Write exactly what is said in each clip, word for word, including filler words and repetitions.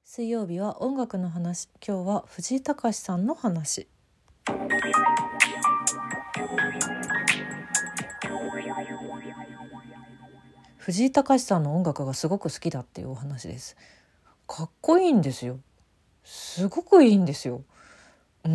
水曜日は音楽の話。今日は藤井隆さんの話。藤井隆さんの音楽がすごく好きだっていうお話です。かっこいいんですよ。すごくいいんですよ。うん。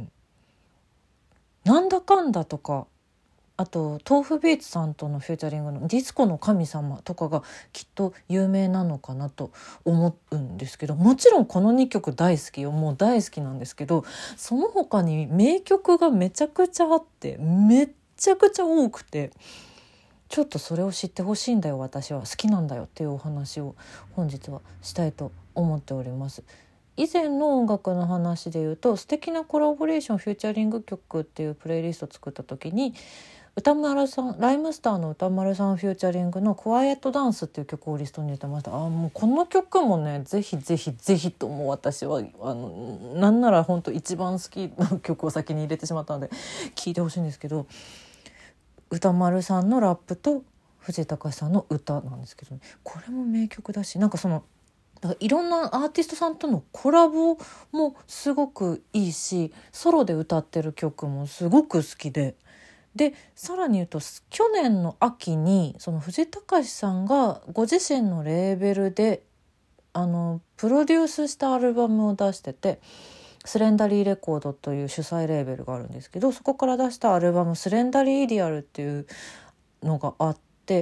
なんだかんだとか、あと豆腐ビーツさんとのフューチャリングのディスコの神様とかがきっと有名なのかなと思うんですけど、もちろんこのにきょく大好きよ。もう大好きなんですけど、その他に名曲がめちゃくちゃあって、めっちゃくちゃ多くて、ちょっとそれを知ってほしいんだよ、私は好きなんだよっていうお話を本日はしたいと思っております。以前の音楽の話で言うと、素敵なコラボレーションフューチャリング曲っていうプレイリストを作った時に、歌丸さん、ライムスターの歌丸さんフューチャリングのクワイエットダンスっていう曲をリストに入れてました。あ、もうこの曲もね、ぜひぜひぜひとも私はあのなんなら本当一番好きな曲を先に入れてしまったので聴いてほしいんですけど、歌丸さんのラップと藤井隆さんの歌なんですけど、ね、これも名曲だし、なんかそのだからいろんなアーティストさんとのコラボもすごくいいし、ソロで歌ってる曲もすごく好きで、でさらに言うと去年の秋にその藤井隆さんがご自身のレーベルであのプロデュースしたアルバムを出してて、スレンダリーレコードという主催レーベルがあるんですけど、そこから出したアルバムスレンダリーイディアルっていうのがあって、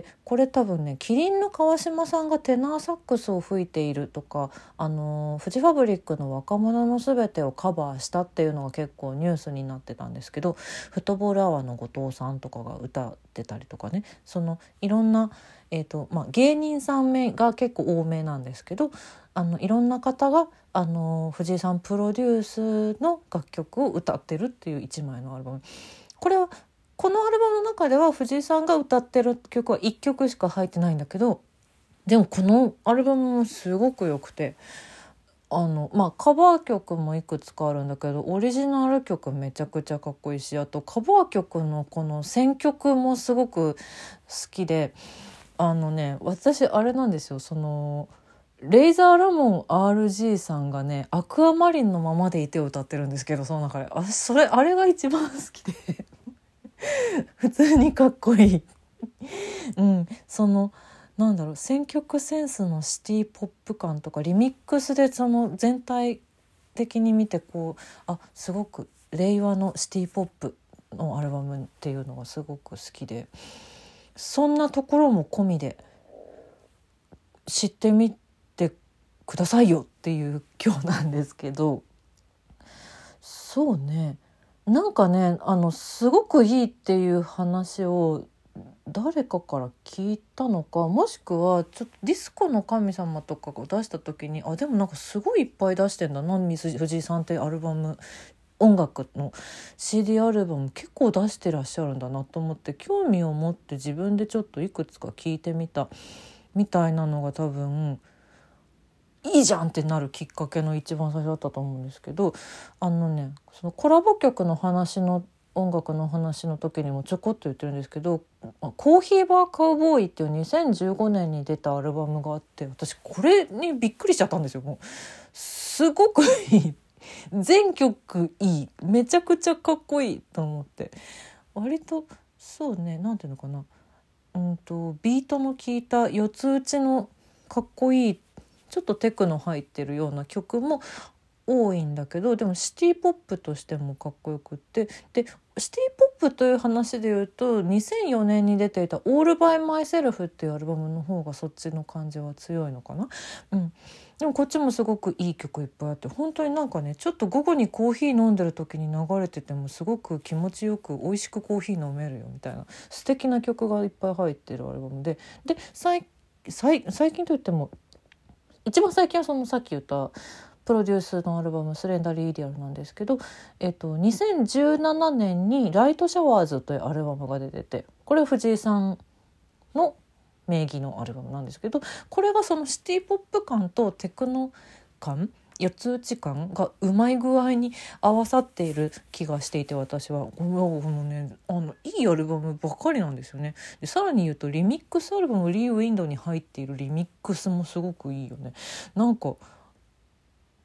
これ多分ね、キリンの川島さんがテナーサックスを吹いているとか、あのフジファブリックの若者のすべてをカバーしたっていうのが結構ニュースになってたんですけど、フットボールアワーの後藤さんとかが歌ってたりとかね、そのいろんな、えーとまあ、芸人さん名が結構多めなんですけど、あのいろんな方があの藤井さんプロデュースの楽曲を歌ってるっていういちまいのアルバム。これはこのアルバムの中では藤井さんが歌ってる曲はいっきょくしか入ってないんだけど、でもこのアルバムもすごく良くて、あのまあカバー曲もいくつかあるんだけど、オリジナル曲めちゃくちゃかっこいいし、あとカバー曲のこの選曲もすごく好きで、あのね、私あれなんですよ、そのレイザーラモン アールジー さんがね、アクアマリンのままでいてを歌ってるんですけど、その中で私それあれが一番好きで普通にかっこいいうん、そのなんだろう、選曲センスのシティポップ感とかリミックスでその全体的に見てこう、あ、すごく令和のシティポップのアルバムっていうのがすごく好きで、そんなところも込みで知ってみてくださいよっていう今日なんですけど、そうね、なんかね、あのすごくいいっていう話を誰かから聞いたのか、もしくはちょっとディスコの神様とかが出した時に、あ、でもなんかすごいいっぱい出してんだな、藤井さんってアルバム、音楽の シーディー アルバム結構出してらっしゃるんだなと思って、興味を持って自分でちょっといくつか聞いてみたみたいなのが多分いいじゃんってなるきっかけの一番最初だったと思うんですけど、あのね、そのコラボ曲の話の音楽の話の時にもちょこっと言ってるんですけど、コーヒーバーカウボーイっていうにせんじゅうごねんに出たアルバムがあって、私これにびっくりしちゃったんですよ。もうすごくいい、全曲いい、めちゃくちゃかっこいいと思って、割とそうね、なんていうのかな、うんとビートの効いた四つ打ちのかっこいい、ちょっとテクノ入ってるような曲も多いんだけど、でもシティポップとしてもかっこよくって、でシティポップという話で言うとにせんよねんに出ていた「オールバイマイセルフ」っていうアルバムの方がそっちの感じは強いのかな、うん、でもこっちもすごくいい曲いっぱいあって、本当になんかね、ちょっと午後にコーヒー飲んでる時に流れててもすごく気持ちよく美味しくコーヒー飲めるよみたいな素敵な曲がいっぱい入ってるアルバムで、で最最最近といっても一番最近はそのさっき言ったプロデュースのアルバムスレンダリーイディアルなんですけど、えっと、にせんじゅうななねんにライトシャワーズというアルバムが出てて、これ藤井さんの名義のアルバムなんですけど、これがそのシティポップ感とテクノ感、四つ打ち感がうまい具合に合わさっている気がしていて、私はこの、ね、あのいいアルバムばっかりなんですよね。でさらに言うとリミックスアルバムリーウィンドに入っているリミックスもすごくいいよね。なんか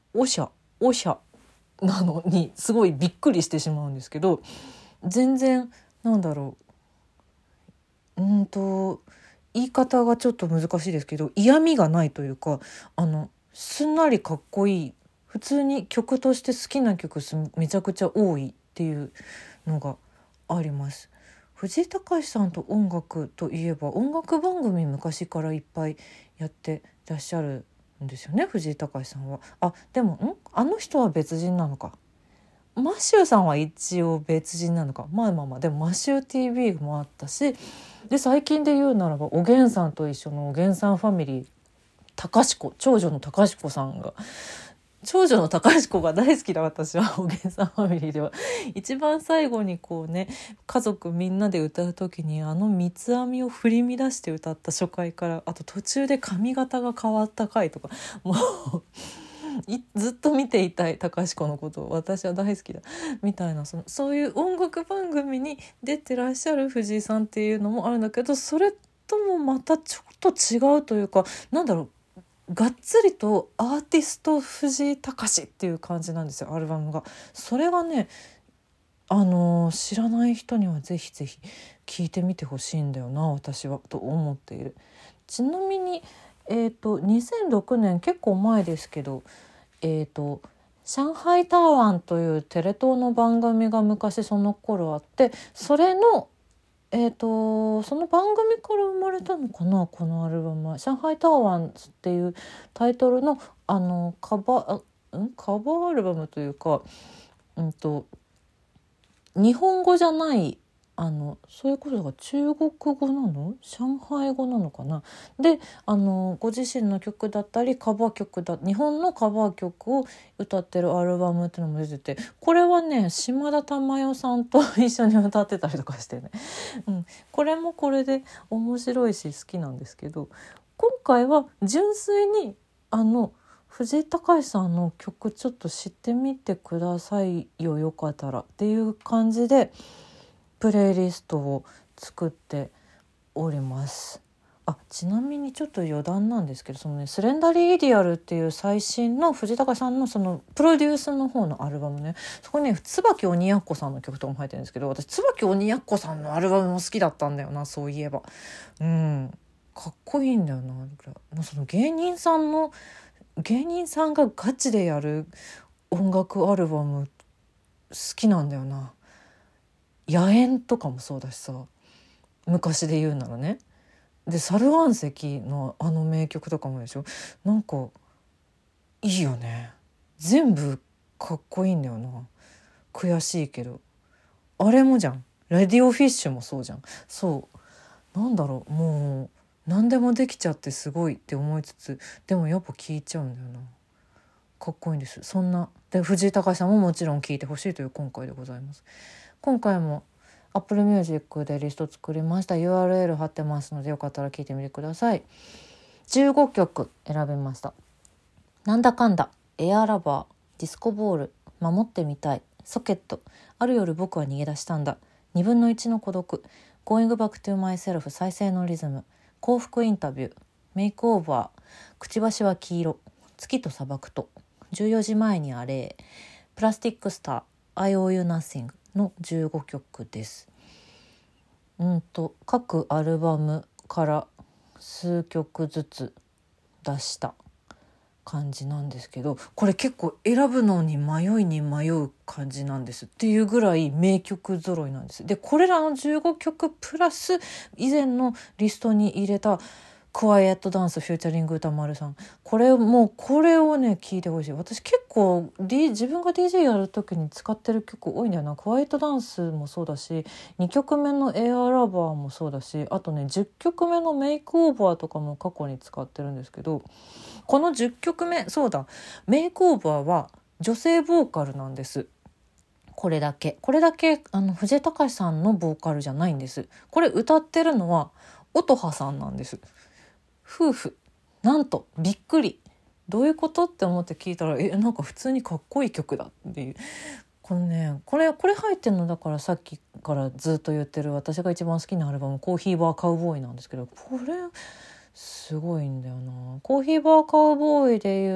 おしゃおしゃなのにすごいびっくりしてしまうんですけど、全然なんだろううんと言い方がちょっと難しいですけど、嫌味がないというか、あのすんなりかっこいい、普通に曲として好きな曲めちゃくちゃ多いっていうのがあります。藤井隆さんと音楽といえば、音楽番組昔からいっぱいやってらっしゃるんですよね、藤井隆さんは。あ、でもんあの人は別人なのか、マシューさんは一応別人なのか、まあまあまあ、でもマシュー ティーブイ もあったし、で最近で言うならばおげんさんと一緒のおげんさんファミリー、高志長女の高志子さんが、長女の高志子が大好きだ私は。おげんさんファミリーでは一番最後にこうね、家族みんなで歌う時にあの三つ編みを振り乱して歌った初回から、あと途中で髪型が変わった回とか、もうずっと見ていたい高志子のことを私は大好きだみたいな、そのそういう音楽番組に出てらっしゃる藤井さんっていうのもあるんだけど、それともまたちょっと違うというか、なんだろう、がっつりとアーティスト藤井隆っていう感じなんですよ、アルバムが。それがね、あのー、知らない人にはぜひぜひ聞いてみてほしいんだよな、私はと思っている。ちなみに、えーと、にせんろくねん、結構前ですけど、えーと、上海タワーというテレ東の番組が昔その頃あって、それのえーと、その番組から生まれたのかな、このアルバムは。上海タワーっていうタイトルの、あのカバー、んカバーアルバムというか、うんと、日本語じゃない、あのそういうことが中国語なの上海語なのかな。で、あのご自身の曲だったりカバー曲だ、日本のカバー曲を歌ってるアルバムっていうのも出てて、これはね島田珠代さんと一緒に歌ってたりとかしてね、うん、これもこれで面白いし好きなんですけど、今回は純粋にあの藤井隆さんの曲ちょっと知ってみてくださいよ、よかったらっていう感じでプレイリストを作っております。あ、ちなみにちょっと余談なんですけど、そのねスレンダリー・イディアルっていう最新の藤井隆さんのそのプロデュースの方のアルバムね、そこにね椿鬼奴さんの曲とかも入ってるんですけど、私椿鬼奴さんのアルバムも好きだったんだよな、そういえば。うんかっこいいんだよな。もうその芸人さんの芸人さんがガチでやる音楽アルバム好きなんだよな。野猿とかもそうだしさ、昔で言うならね。で猿岩石のあの名曲とかもでしょ。なんかいいよね、全部かっこいいんだよな。悔しいけどあれもじゃん、レディオフィッシュもそうじゃん。そうなんだろう、もう何でもできちゃってすごいって思いつつ、でもやっぱ聴いちゃうんだよな。かっこいいんです。そんなで藤井隆さんももちろん聴いてほしいという今回でございます。今回も Apple Music でリスト作りました。 ユーアールエル 貼ってますのでよかったら聴いてみてください。じゅうごきょく選びました。なんだかんだ、エアラバー、ディスコボール、守ってみたい、ソケット、ある夜僕は逃げ出したんだ、にぶんのいちの孤独、Going back to myself 再生のリズム、幸福インタビュー、メイクオーバー、くちばしは黄色、月と砂漠と、じゅうよじまえにあれ、プラスティックスター、I owe you nothing のじゅうごきょくです。うんと各アルバムから数曲ずつ出した感じなんですけど、これ結構選ぶのに迷いに迷う感じなんですっていうぐらい名曲揃いなんです。でこれらのじゅうごきょくプラス以前のリストに入れたクワイエットダンスフューチャリング歌丸さん、これもうこれをね聞いてほしい。私結構、D、自分が ディージェー やる時に使ってる曲多いんだよな。クワイエットダンスもそうだし、にきょくめのエアラバーもそうだし、あとねじゅっきょくめのメイクオーバーとかも過去に使ってるんですけど、このじゅっきょくめ、そうだ、メイクオーバーは女性ボーカルなんです。これだけこれだけあの藤井隆さんのボーカルじゃないんです。これ歌ってるのは音羽さんなんです。夫婦、なんとびっくり、どういうことって思って聞いたら、えなんか普通にかっこいい曲だっていう。このねこれこれ入ってるのだから、さっきからずっと言ってる私が一番好きなアルバムコーヒーバーカウボーイなんですけど、これすごいんだよな。コーヒーバーカウボーイで言っ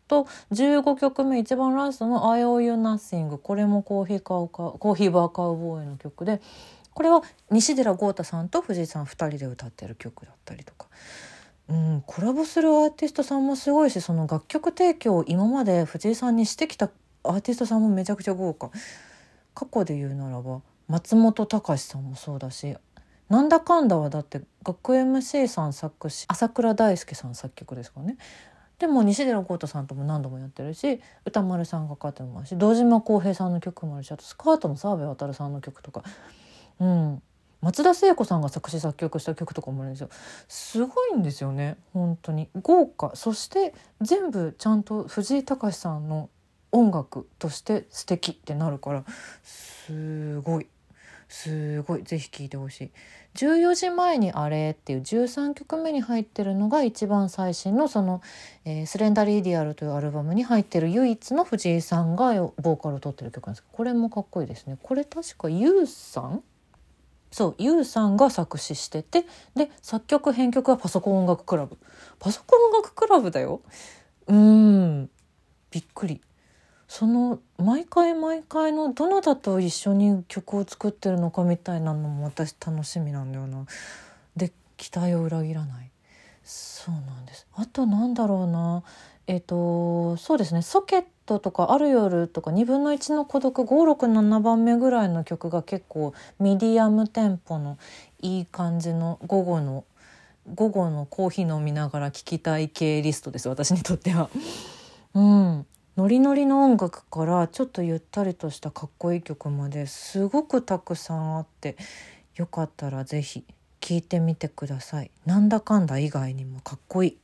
とじゅうごきょくめ一番ラストの I owe you nothing、 これもコーヒーカウカコーヒーバーカウボーイの曲で、これは西寺豪太さんと藤井さんふたりで歌ってる曲だったりとか、うん、コラボするアーティストさんもすごいし、その楽曲提供を今まで藤井さんにしてきたアーティストさんもめちゃくちゃ豪華。過去で言うならば松本隆さんもそうだし、なんだかんだはだって学 エムシー さん作詞、朝倉大輔さん作曲ですからね。でも西寺豪太さんとも何度もやってるし、歌丸さんが書いてもあるし、堂島康平さんの曲もあるし、あとスカートの澤部渉さんの曲とか、うん、松田聖子さんが作詞作曲した曲とかもあるんですよ。すごいんですよね、本当に豪華。そして全部ちゃんと藤井隆さんの音楽として素敵ってなるから、すごいすごいぜひ聴いてほしい。じゅうよじまえにあれっていうじゅうさんきょくめに入ってるのが一番最新のその、えー、スレンダリーディアルというアルバムに入ってる唯一の藤井さんがボーカルを取ってる曲なんですけど、これもかっこいいですね。これ確かユウさんそうユウさんが作詞してて、で作曲編曲はパソコン音楽クラブ。パソコン音楽クラブだよ。うーんびっくり。その毎回毎回のどなたと一緒に曲を作ってるのかみたいなのも私楽しみなんだよな。で期待を裏切らない。そうなんです。あとなんだろうな、えっとそうですね、ソケットとかある夜とかにぶんのいちの孤独ご、ろく、ななばんめぐらいの曲が結構ミディアムテンポのいい感じの午後の午後のコーヒー飲みながら聴きたい系リストです、私にとっては。うんノリノリの音楽からちょっとゆったりとしたかっこいい曲まですごくたくさんあって、よかったらぜひ聴いてみてください。なんだかんだ以外にもかっこいい。